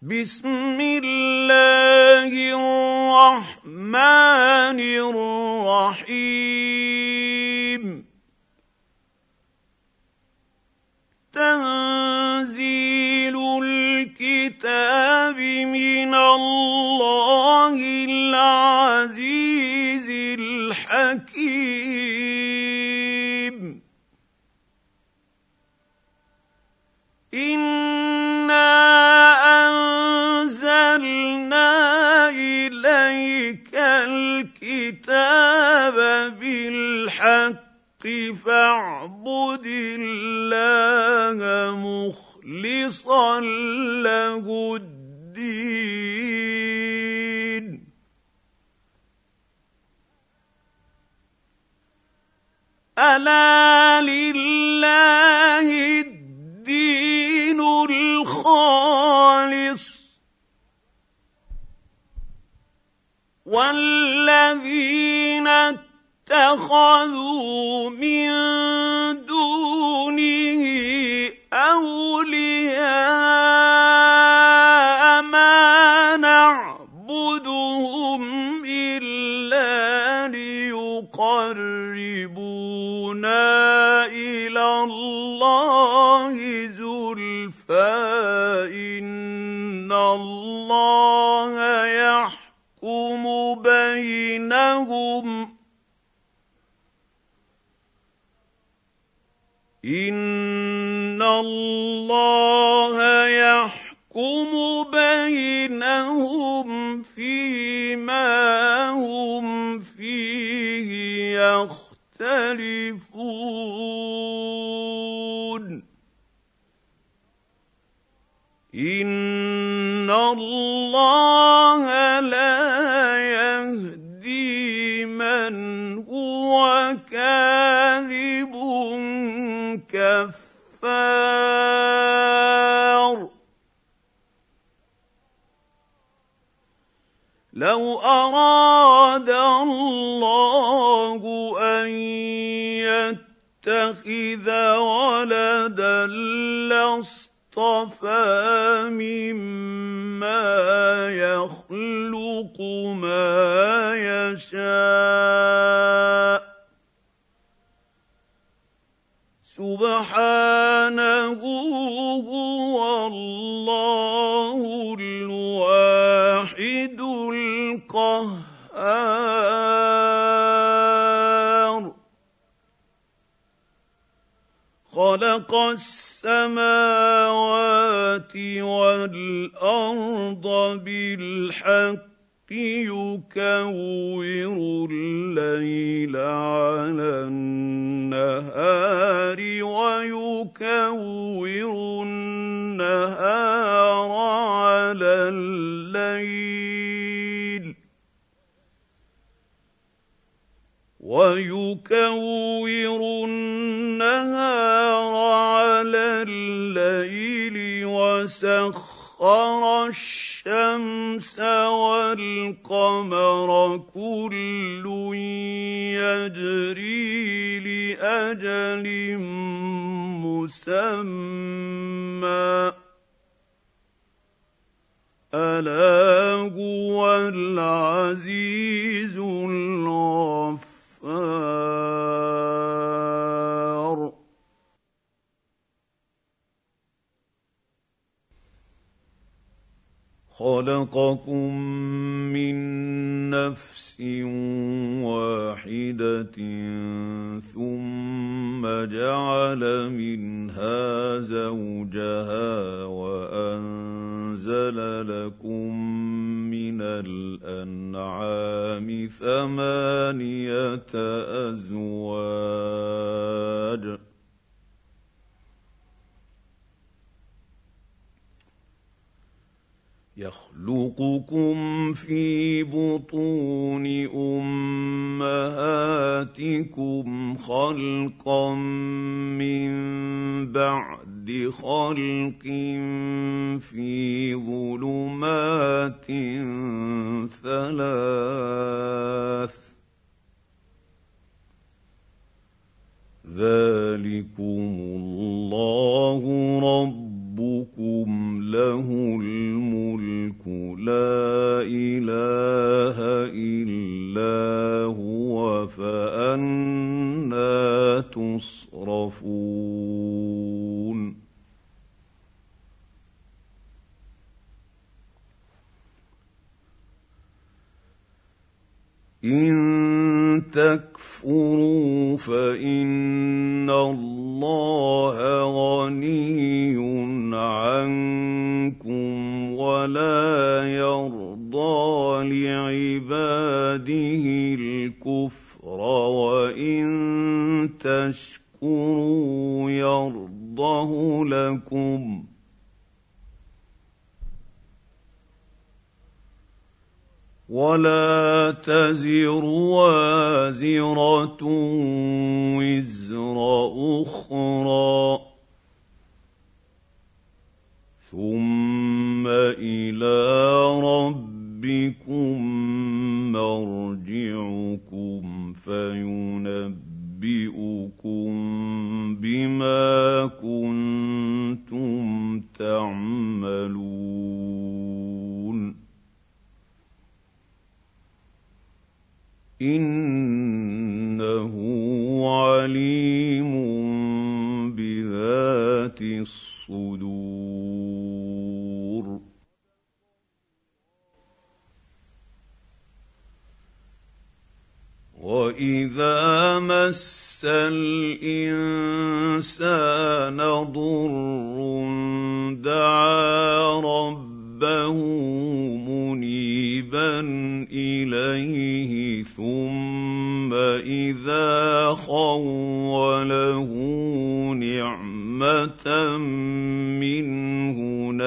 بسم الله الرحمن الرحيم تنزيل الكتاب من الله العزيز الحكيم إنا أنزلنا إليك الكتاب بالحق فاعبد الله مخلصا له الدين ألا لله الدين الخالص والذين اتخذوا من دونه أولياء ما نعبدهم إلا ليقربونا إلى الله زلفى إن الله يحكم بينهم إن الله يحكم بينهم فيما هم فيه يختلفون إن الله لا يهدي من هو كاذب كفار لو أراد الله أن يتخذ ولدا لاصطفى مما يخلق ما يشاء سبحانه هو الله الواحد القهار خلق السماوات والأرض بالحق يكور الليل على النهار ويكور النهار على الليل وسخر الشمس والقمر كل يجري لأجل مسمى ألا هو العزيز الغفار خلقكم من نفس واحدة ثم جعل منها زوجها وأنزل لكم من الأنعام ثمانية أزواج يخلقكم في بطون أمهاتكم خلقا من بعد خلق في ظلمات ثلاث ذلكم الله ربكم ربكم له الملك لا اله الا هو فأنى تصرفون إن تكفروا فإن الله غني عنكم ولا يرضى لعباده الكفر وإن تشكروا يرضه لكم ولا تزر وازرة وزر أخرى ثم إلى ربكم مرجعكم فينبئكم بما كنتم تعملون إنه عليم بذات الصدور وإذا مس الإنسان ضر دعا ربه منيبا إليه ثم إذا خوله نعمة منه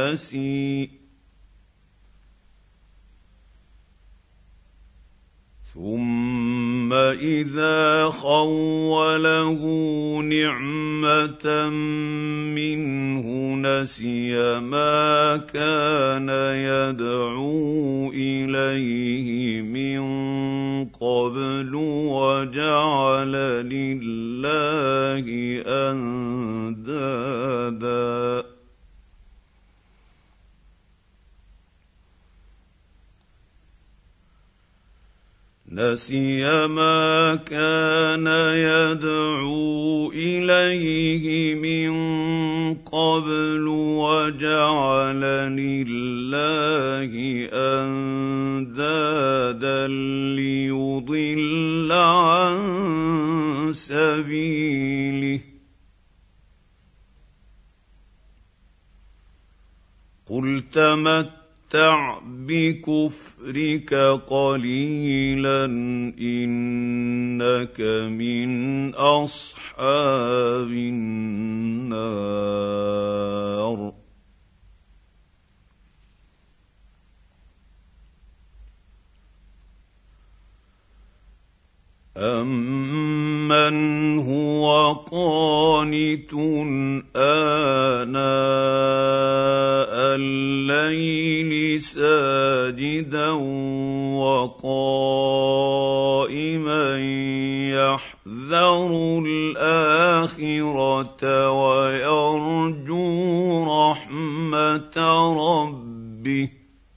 نسي ما كان يدعو إليه من قبل وجعل لله أندادا نسي ما كان يدعو إليه من قبل وجعل لله أندادا ليضل عن سبيله قل تمتع بكفرك قليلا إنك من أصحاب النار أَمَّنْ هُوَ قَانِتٌ آنَاءَ اللَّيْلِ سَاجِدًا وَقَائِمًا يَحْذَرُ الْآخِرَةَ وَيَرْجُو رَحْمَةَ رَبِّهِ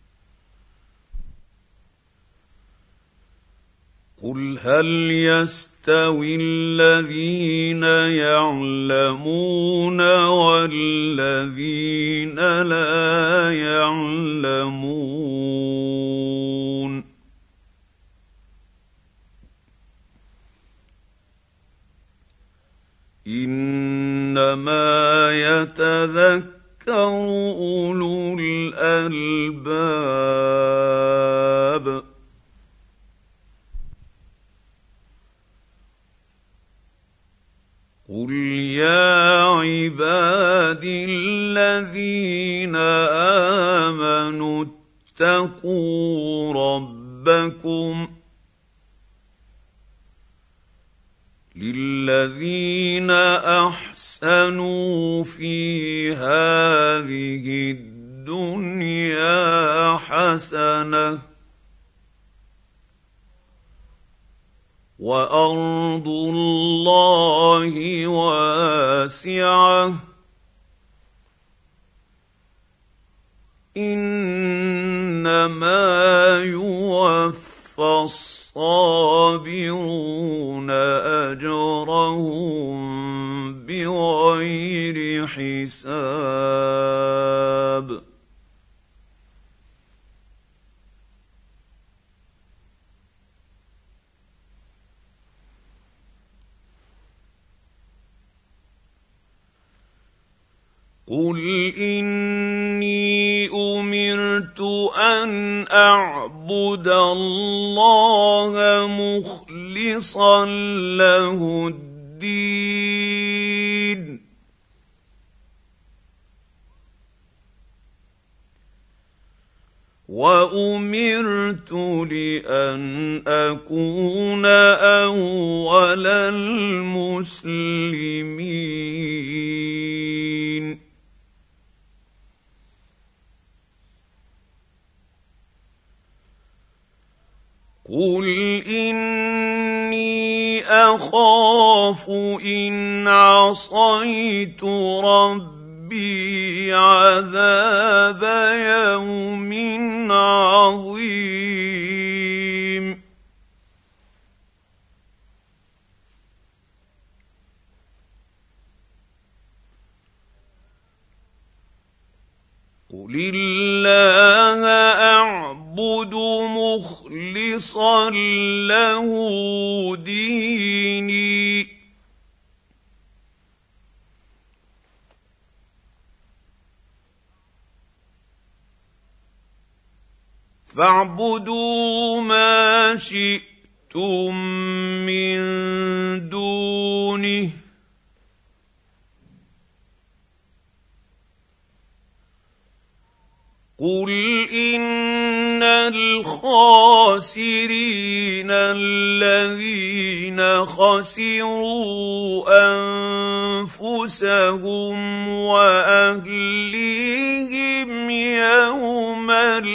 قُلْ هَلْ يَسْتَوِي الَّذِينَ يَعْلَمُونَ وَالَّذِينَ لَا يَعْلَمُونَ إِنَّمَا يَتَذَكَّرُ أُولُو الْأَلْبَابِ قُلْ يَا عِبَادِي الَّذِينَ آمَنُوا اتَّقُوا رَبَّكُمْ لِلَّذِينَ أَحْسَنُوا فِي هَٰذِهِ الدُّنْيَا حَسَنَةٌ وَأَرْضُ اللَّهِ وَاسِعَةٌ إنما يوفى الصابرون أجرهم بغير حساب قل إني أمرت أن أعبد الله مخلصا له الدين وأمرت لأن أكون أول المسلمين قل إني أخاف إن عصيت ربي عذاب يوم عظيم قل الله أعبد مخلصا له ديني فاعبدوا ما شئتم من دونه قل إن الخاسرين الذين خسروا أنفسهم وأهليهم يوم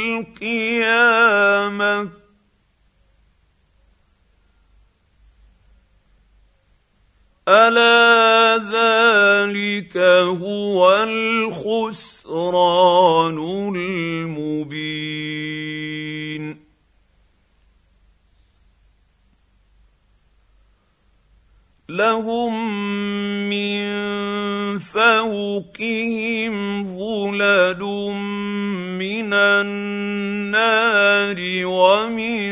القيامة ألا ذلك هو الخسران المبين لهم من فوقهم ظلل من النار ومن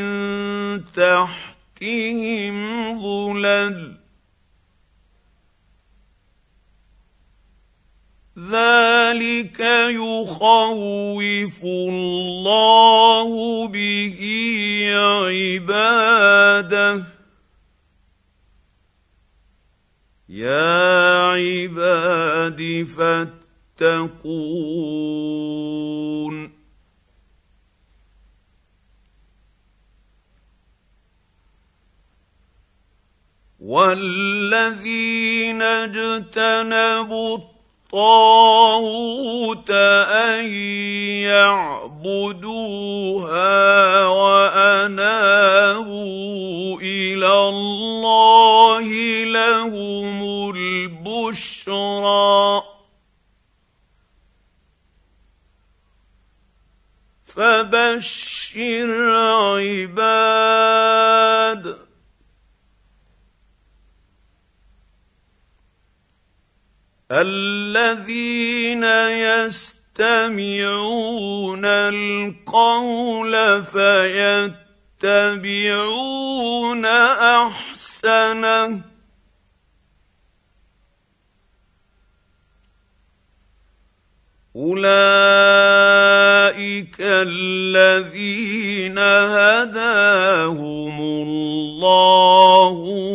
تحتهم ظلل ذلك يخوف الله به عباده يا عباد فاتقون والذين اجتنبوا الطاغوت أن يعبدوها وأنابوا إلى الله لهم البشرى فبشر عباد الذين يستمعون القول فيتبعون أحسنه أولئك الذين هداهم الله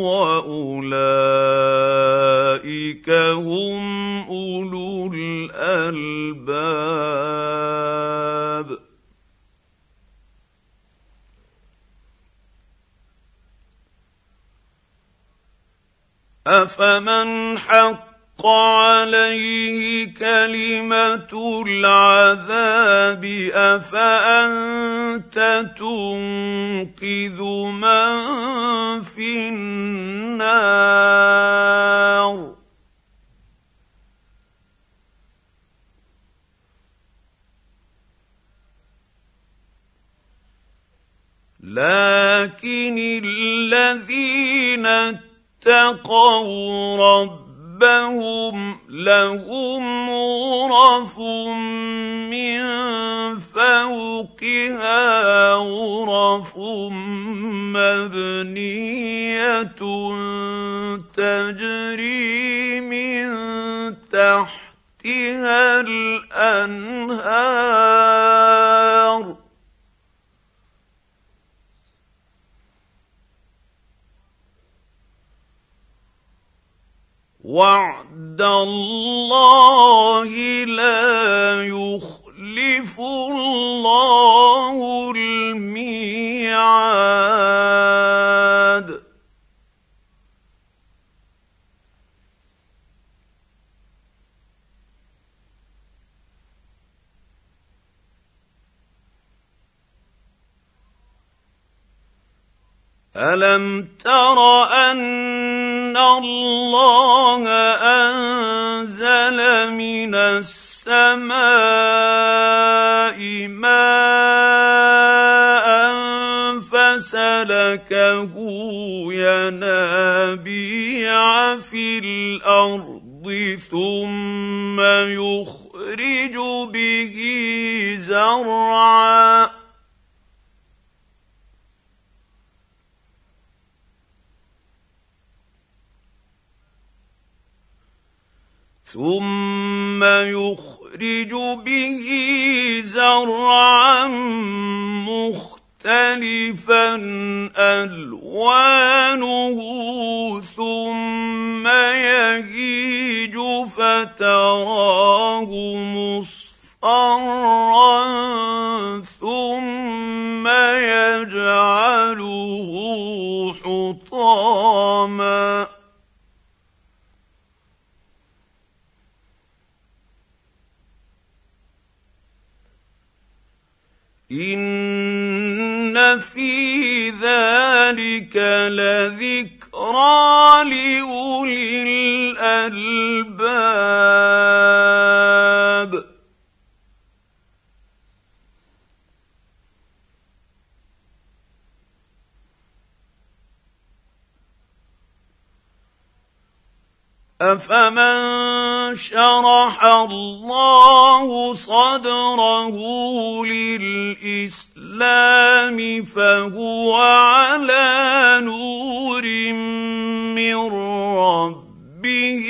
وأولئك هم أولو الألباب أفمن حق عليه كلمة العذاب أفأنت تنقذ من في النار لكن الذين اتقوا ربهم لهم غرف من فوقها غرف مبنيه تجري من تحتها الانهار وعد الله لا يخلف الله الميعاد ألم تر أن الله أنزل من السماء ماء فسلكه ينابيع في الأرض ثم يخرج به زرعا مختلفا ألوانه ثم يهيج فتراه مصفرا ثم يجعله حطاما إن في ذلك لذكرى لأولي الألباب أفمن شرح الله صدره للإسلام فهو على نور من ربه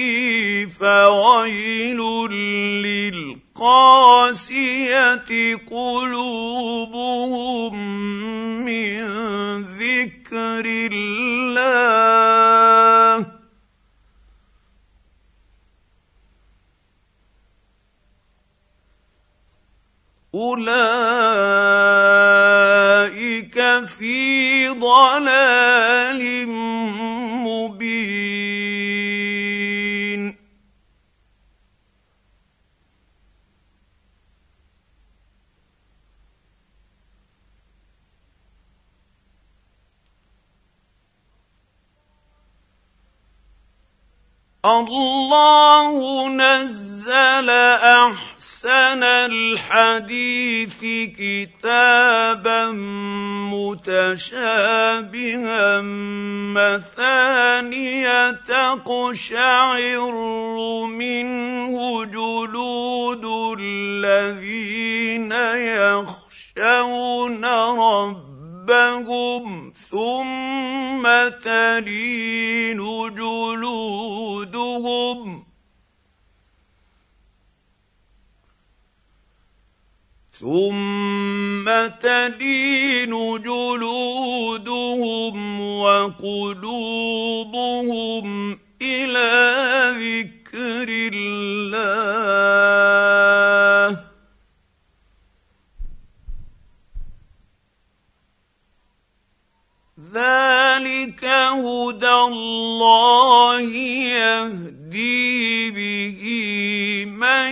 فويل للقاسية قلوبهم من ذكر الله أولئك في ضلال مبين الله نزل أحسن الحديث كتابا متشابها مثانية تقشعر منه جلود الذين يخشون ربهم ثم تلين جلودهم وقلوبهم إلى ذكر الله ذلك هدى الله يهدي به من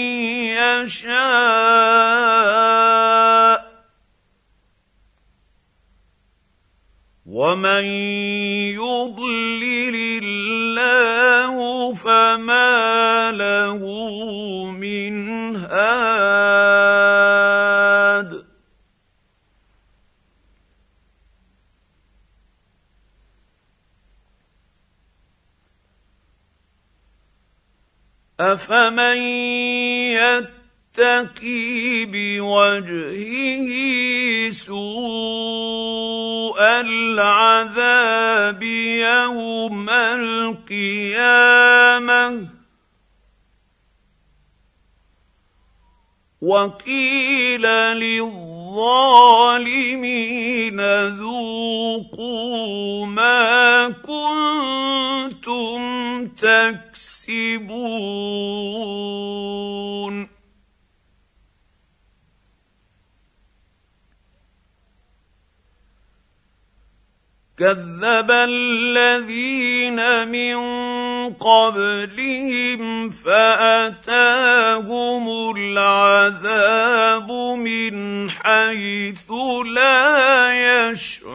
يشاء ومن يضلل الله فما له من هاد افمن يتقي بوجهه سوء العذاب يوم القيامه وقيل للظالمين ذوقوا ما كنتم تكسبون كذب الذين من قبلهم فأتاهم العذاب من حيث لا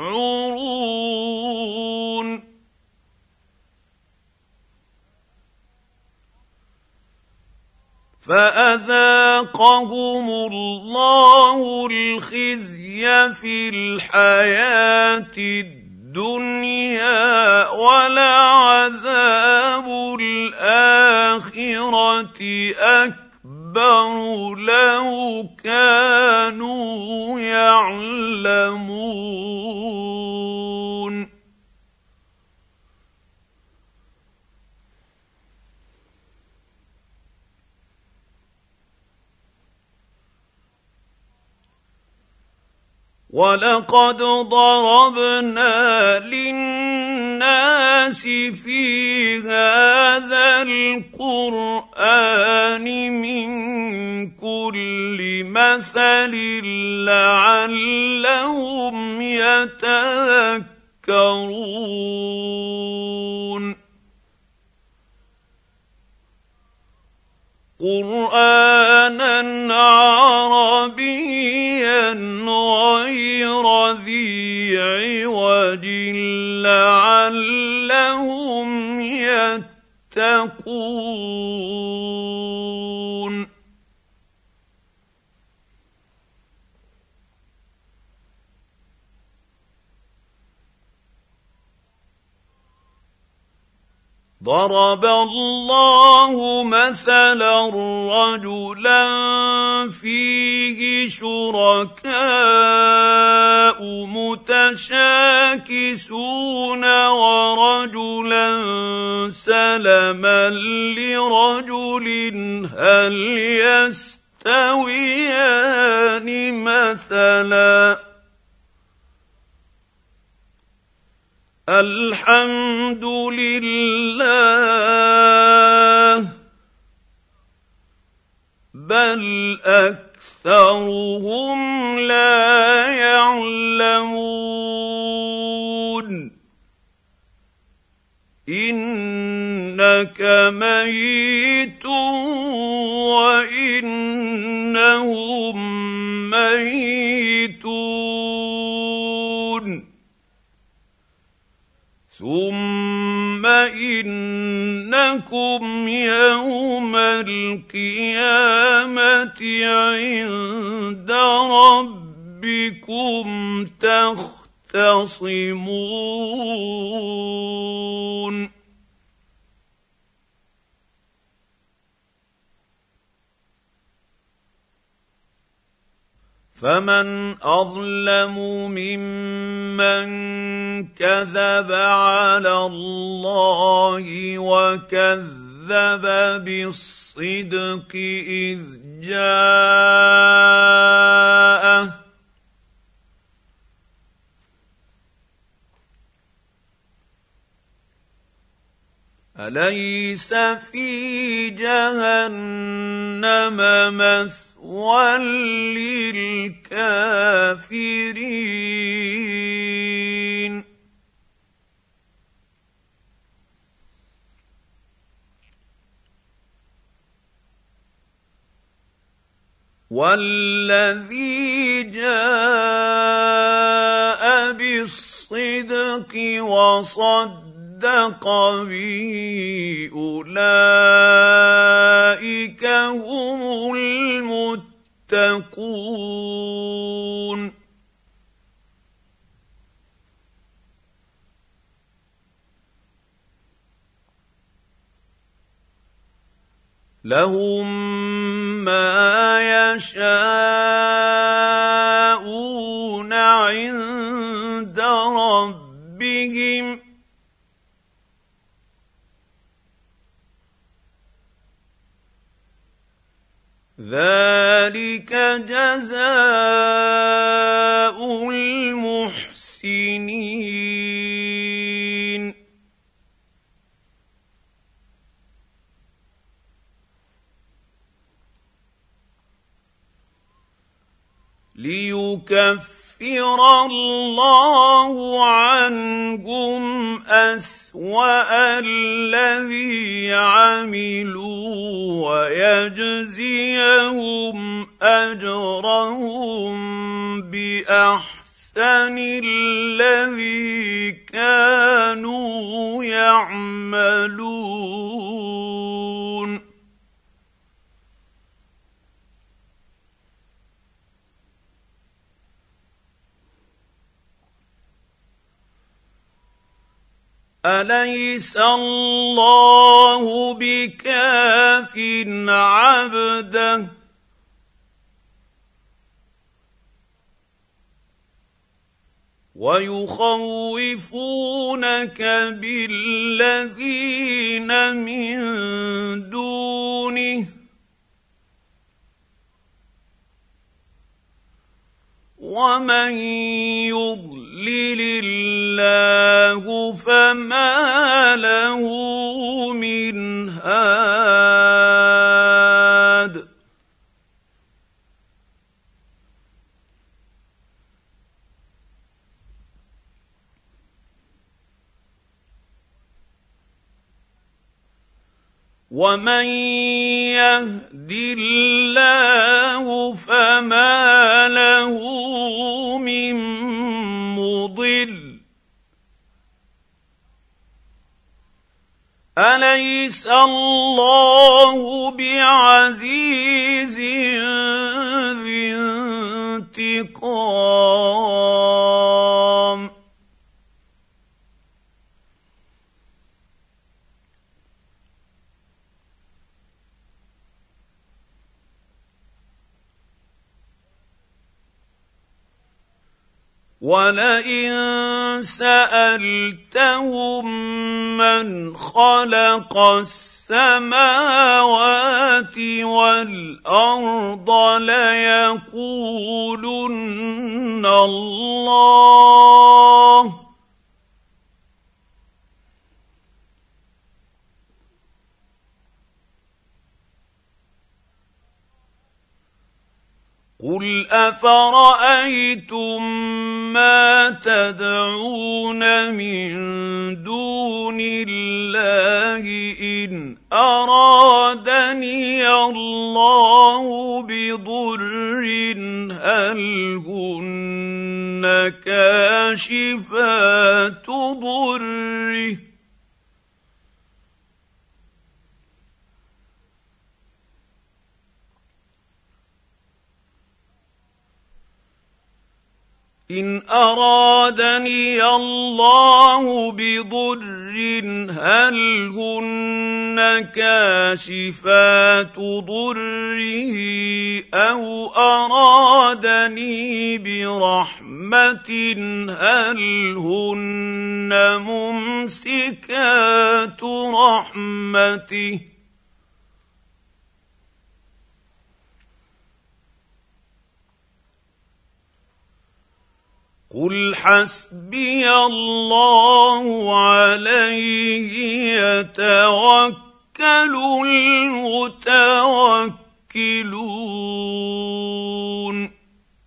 يشعرون فأذاقهم الله الخزي في الحياة الدنيا ولعذاب الآخرة أكبر لو كانوا يعلمون ولقد ضربنا للناس في هذا القرآن من كل مثل لعلهم يتذكرون قرآنا عربيا غير ذي عوج لعلهم يتقون ضرب الله مثلا رجلا فيه شركاء متشاكسون ورجلا سلما لرجل هل يستويان مثلا الحمد لله بل أكثرهم لا يعلمون إنك ميت وإنهم ميتون ثم إنكم يوم القيامة عند ربكم تختصمون فمن أظلم ممن كذب على الله وكذب بالصدق إذ جاءه أليس في جهنم مثوى للكافرين والذي جاء بالصدق وصدق به أولئك هم المتقون لهم ما يشاءون عند ربهم ذلك جزاء المحسنين ليكفر الله عنهم أسوأ الذي عملوا ويجزيهم أجرهم بأحسن الذي كانوا يعملون أليس الله بكاف عبده ويخوفونك بالذين من دونه ومن يضلل الله فما له من هاد ومن يهد الله فما له من مضل أليس الله بعزيز ذي انتقام ولئن سألتهم من خلق السماوات والأرض ليقولن الله قل أفرأيتم ما تدعون من دون الله إن أرادني الله بضر هل هن كاشفات ضره إن أرادني الله بضر هل هن كاشفات ضره أو أرادني برحمة هل هن ممسكات رحمته قل حسبي الله عليه يتوكل المتوكلون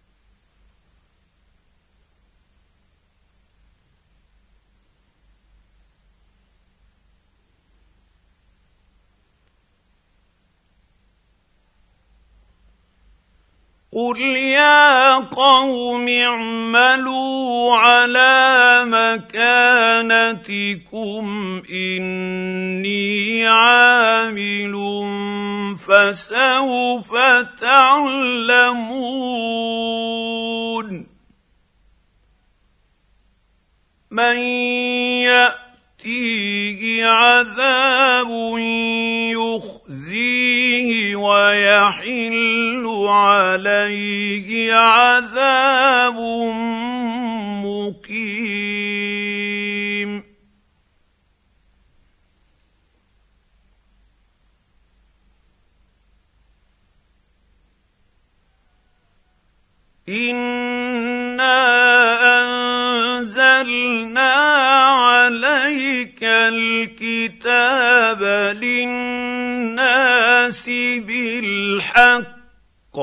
قل يا قوم اعملوا على مكانتكم إني عامل فسوف تعلمون من يأتيه عذاب يخزيه ويحل عليه عذاب مقيم. إنا أنزلنا عليك الكتاب للناس بالحق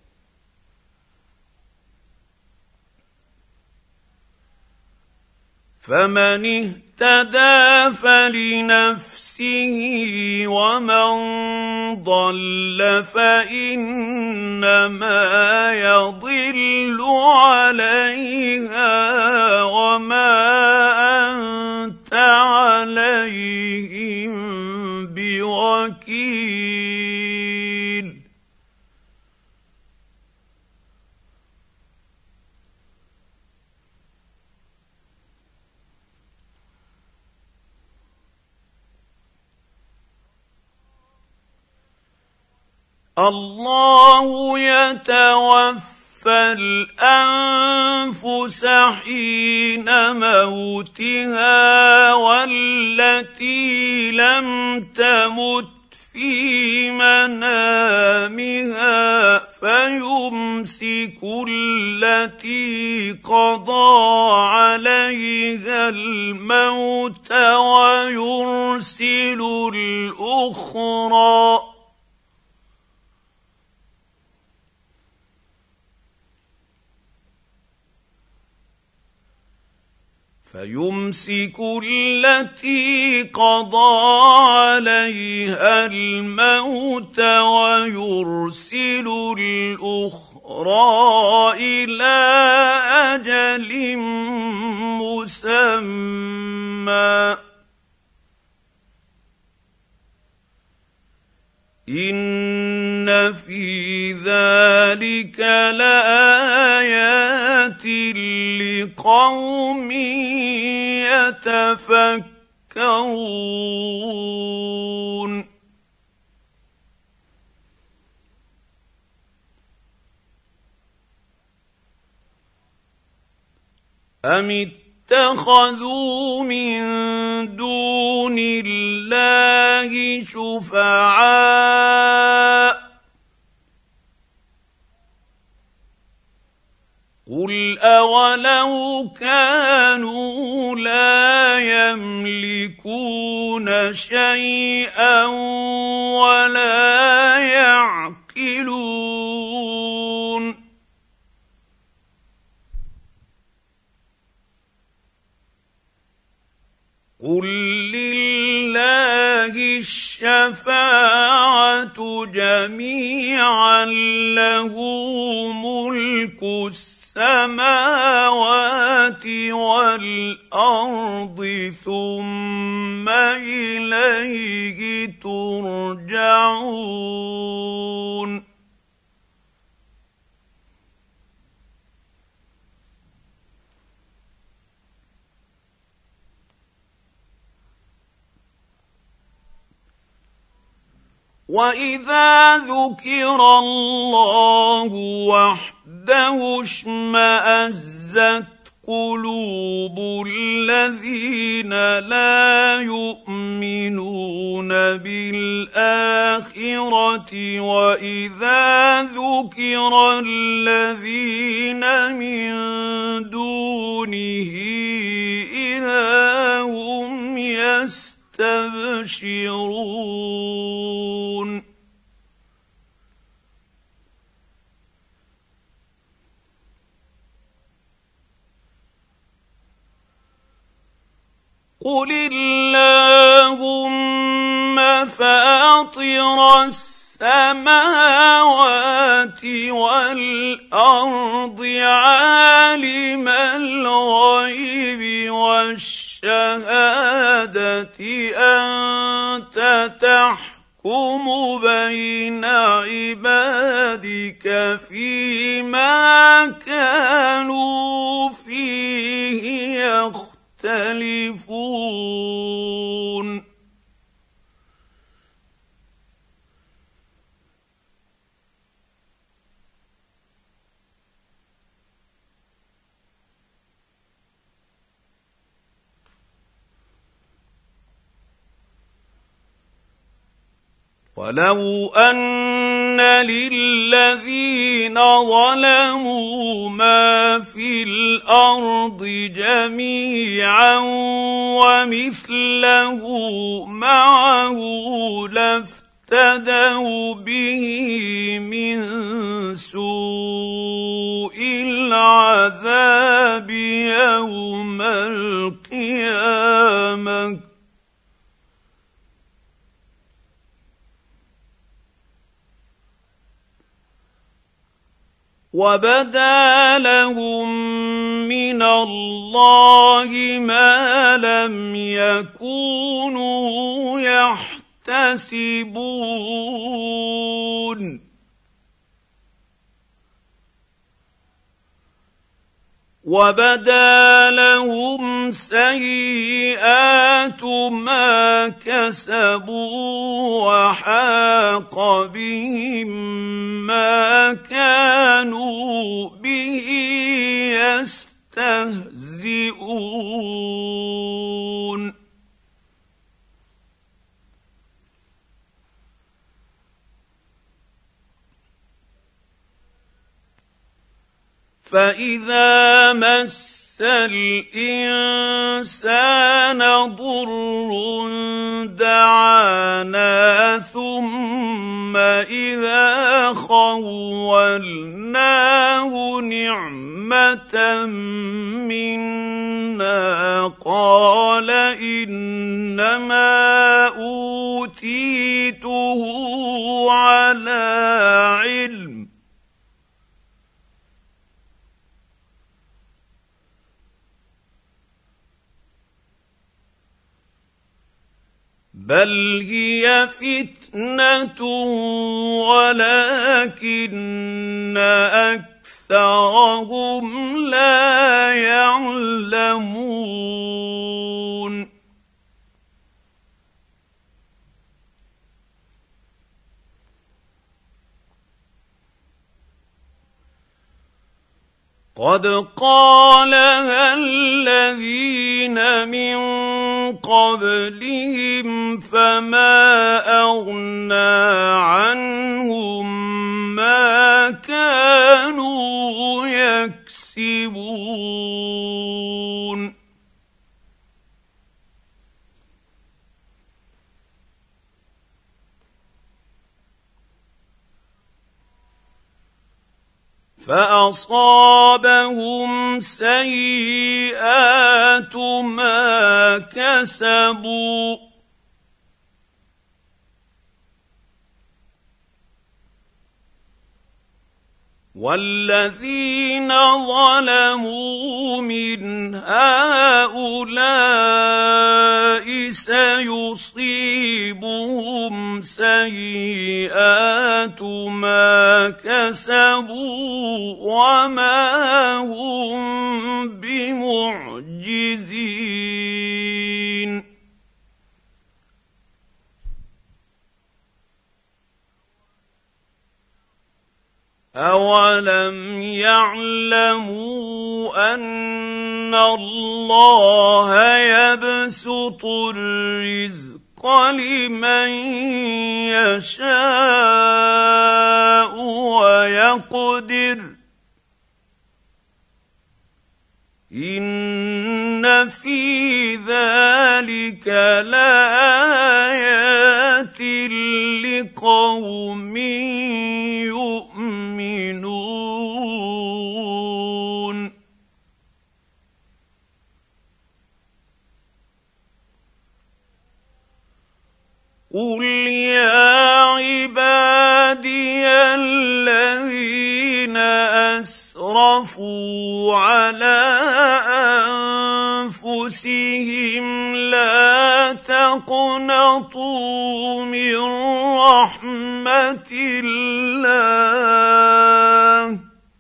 فمن اهتدى فلنفسه ومن ضل فإنما يضل عليها وما أنت عليهم بوكيل. الله يتوفى الأنفس حين موتها والتي لم تمت في منامها فيمسك التي قضى عليها الموت فيمسك التي قضى عليها الموت ويرسل الأخرى إلى أجل مسمى إن في ذلك لآيات لقوم يتفكرون. أم اتخذوا من دون الله شفعاء قل أولو كانوا لا يملكون شيئا ولا يعقلون قل لله الشفاعة جميعا له ملك السماوات والأرض ثم إليه ترجعون. وإذا ذكر الله وحده اشمأزت قلوب الذين لا يؤمنون بالآخرة وإذا ذكر الذين من دونه إذا هم يستبشرون. قل اللهم فاطر السماوات والأرض عالم الغيب والشهادة أنت تحكم بين عبادك فيما كانوا فيه يختلفون. ولو أن للذين ظلموا ما في الأرض جميعا ومثله معه لافتدوا به من سوء العذاب يوم القيامة وبدا لهم من الله ما لم يكونوا يحتسبون وبدا لهم سيئات ما كسبوا وحاق بهم ما كانوا به يستهزئون فإذا مس الإنسان ضر دعانا ثم إذا خولناه نعمة منا قال إنما أوتيته على علم بل هي فتنة ولكن أكثرهم لا يعلمون قد قالها الذين من قبلهم فما أغنى عنهم ما كانوا يكسبون فأصابهم سيئات ما كسبوا والذين ظلموا من هؤلاء سيصيبهم سيئات ما كسبوا وما هم بمعجزين أولم يعلموا أن الله يبسط الرزق لمن يشاء ويقدر إن في ذلك لآيات لقوم يؤمنون قل يا عبادي الذين أسرفوا على أنفسهم لا تقنطوا من رحمة الله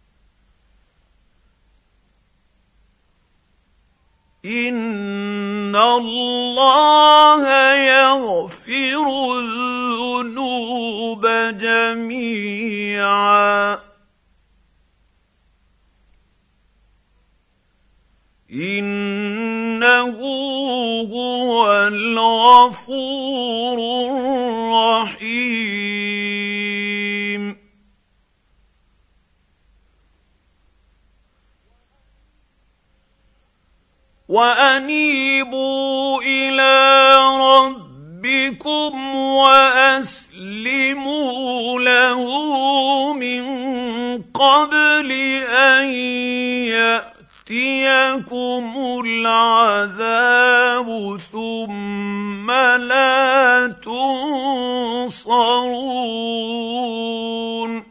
إن الله يغفر الذنوب جميعا إنه هو الغفور الرحيم وانيبوا الى ربكم واسلموا له من قبل ان ياتيكم العذاب ثم لا تنصرون.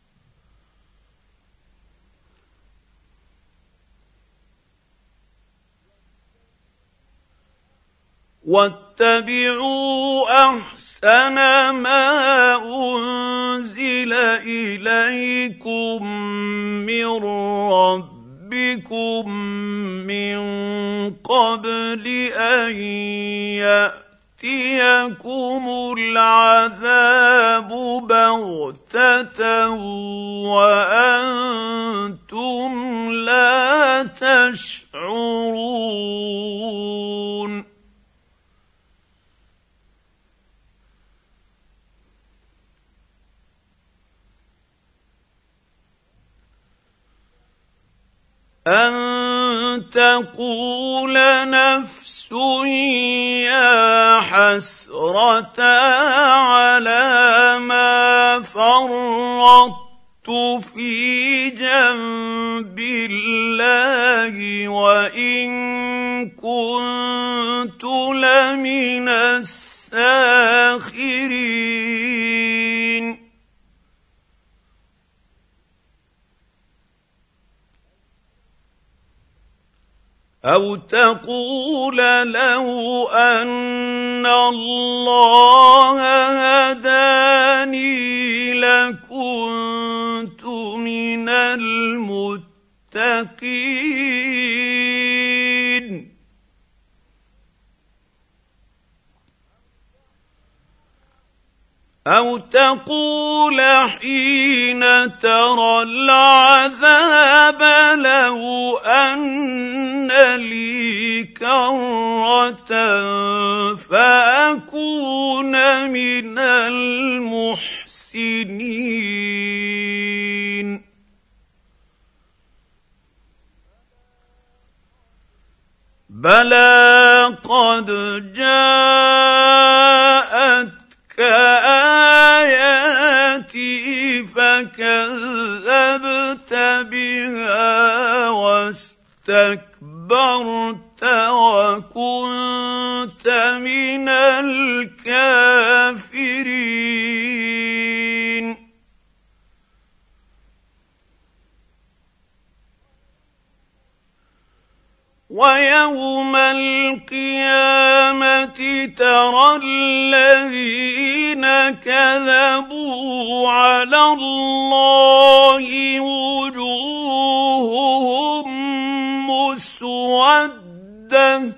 واتبعوا احسن ما انزل اليكم من ربكم من قبل ان ياتيكم العذاب بغته وانتم لا تشعرون. أن تقول نفس يا حسرة على ما فرطت في جنب الله وإن كنت لمن الساخرين. أو تقول لو أن الله هداني لكنت من المتقين. أو تقول حين ترى العذاب لو أن لي كرة فأكون من المحسنين. بلى قد جاءتك آياتي فكذبت بها واستكبرت وكنت من الكافرين. ويوم القيامة ترى الذين كذبوا على الله وجوههم مسودة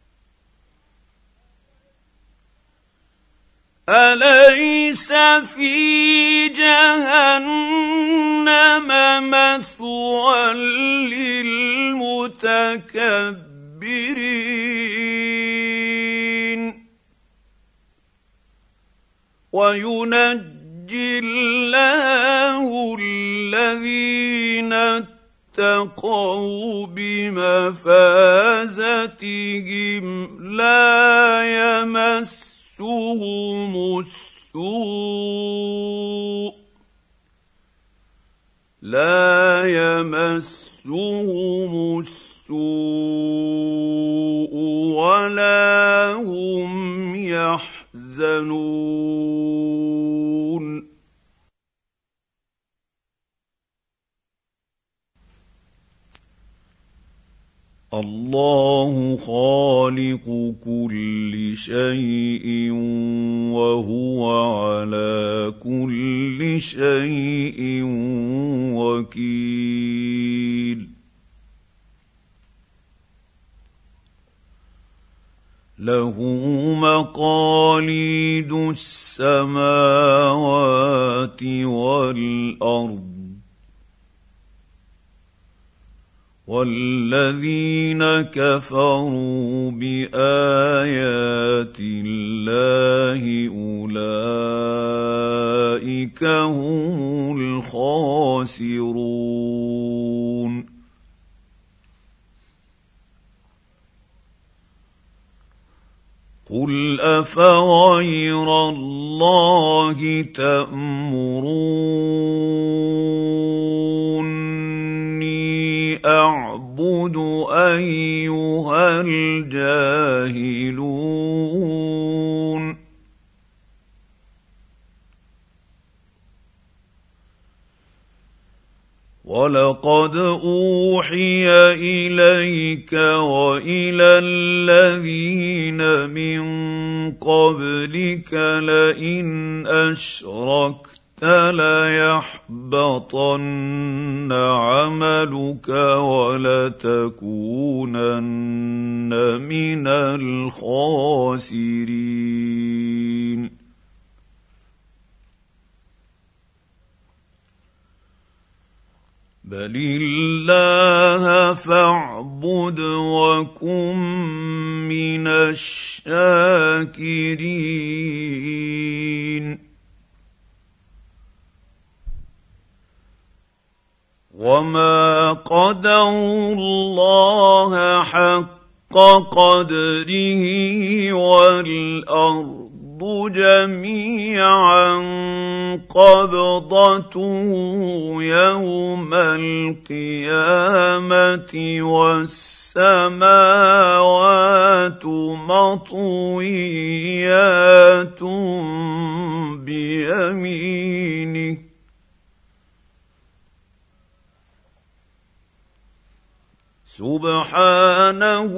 أليس في جهنم مثوى للمتكبرين. وينجي الله الذين اتقوا بمفازتهم لا يمسهم السوء ولا هم يحزنون. الله خالق كل شيء وهو على كل شيء وكيل. له مقاليد السماوات والأرض والذين كفروا بآيات الله أولئك هم الخاسرون. قل افغير الله تأمروني اعبد ايها الجاهلون ولقد اوحي اليك والى الذين من قبلك لئن اشركت ليحبطن عملك ولتكونن من الخاسرين بل الله فاعبد وكن من الشاكرين وما قدروا الله حق قدره والارض جميعا قبضته يوم القيامه والسماوات مطويات بيمينه سبحانه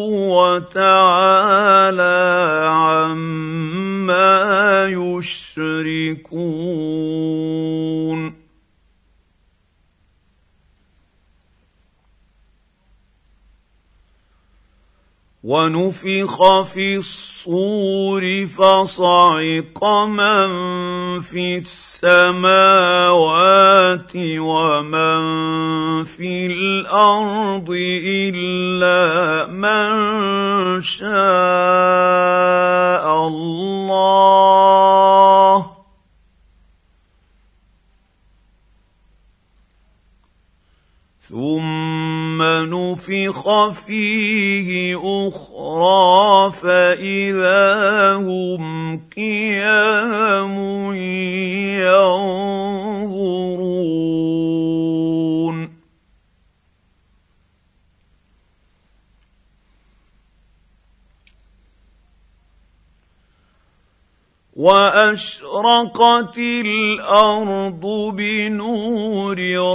وتعالى عما يشركون ونفخ في الصور فصعق من في السماوات ومن في الارض الا من شاء الله ثم نفخ فيه اخرى فاذا هم قيام ينظرون واشرقت الارض بنور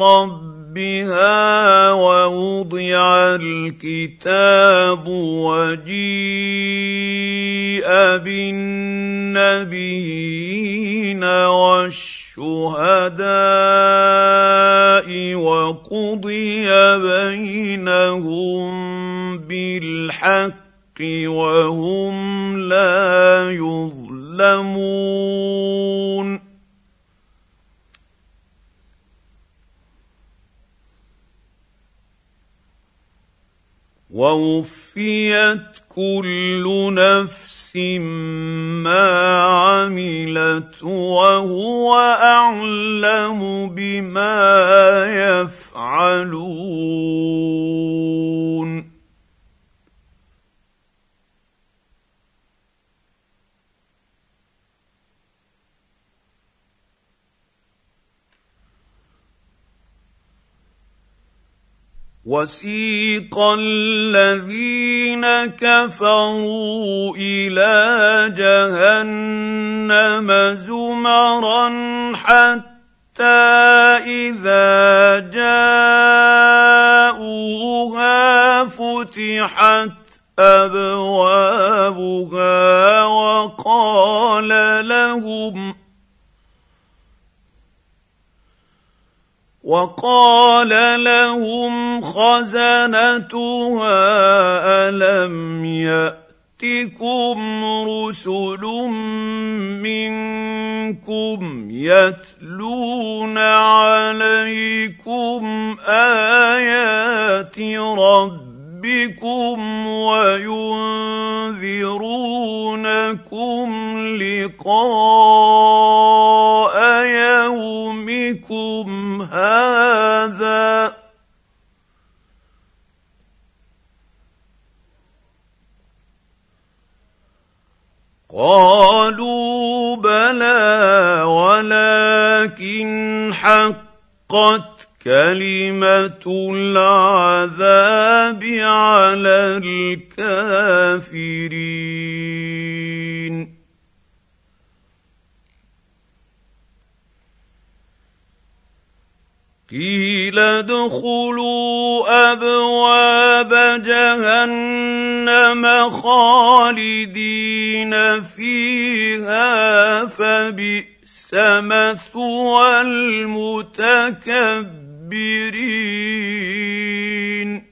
ربها ووضع الكتاب وجيء بالنبيين والشهداء وقضي بينهم بالحق وهم لا يظلمون ووفيت كل نفس ما عملت وهو اعلم بما يفعلون وسيق الذين كفروا الى جهنم زمرا حتى اذا جاءوها فتحت ابوابها وقال لهم خزنتها ألم يأتكم رسل منكم يتلون عليكم آيات ربكم وينذرونكم لقاء يومكم هذا قالوا بلى ولكن حقت كلمه العذاب على الكافرين قيل ادخلوا ابواب جهنم خالدين فيها فبئس مثوى المتكبرين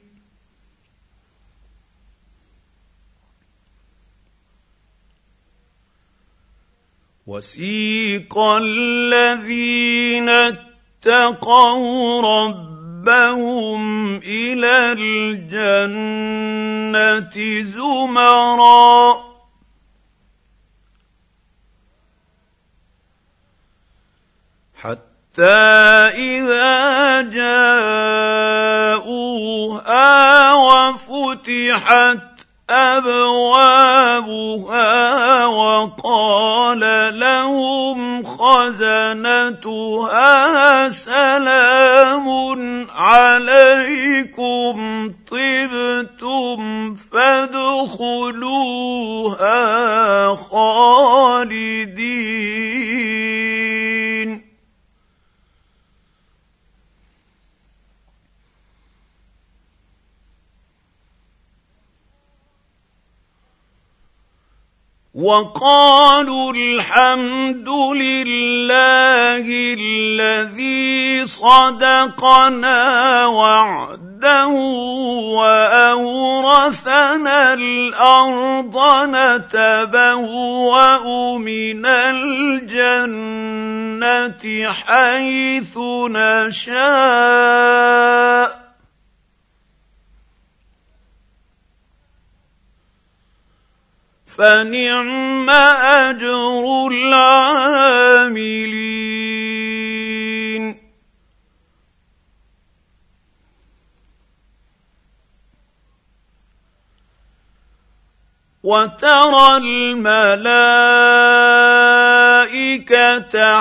وسيق الذين اتقوا ربهم إلى الجنة زمرا حتى إذا جاءوها وفتحت أبوابها وقال لهم خزنتها سلام عليكم طبتم فادخلوها خالدين وقالوا الحمد لله الذي صدقنا وعده وأورثنا الأرض نتبوأ من الجنة حيث نشاء فنعم أجر العاملين وترى الملائكة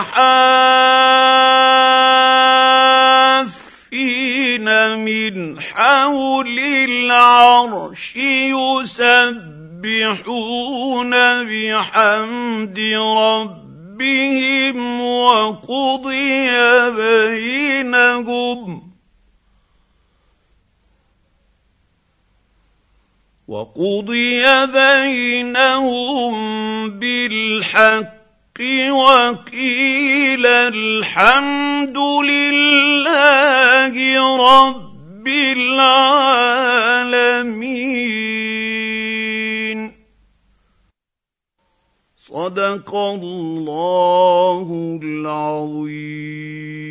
حافين من حول العرش يسبحون بحمد ربهم وقضي بينهم بالحق وقيل الحمد لله رب العالمين صدق الله العظيم.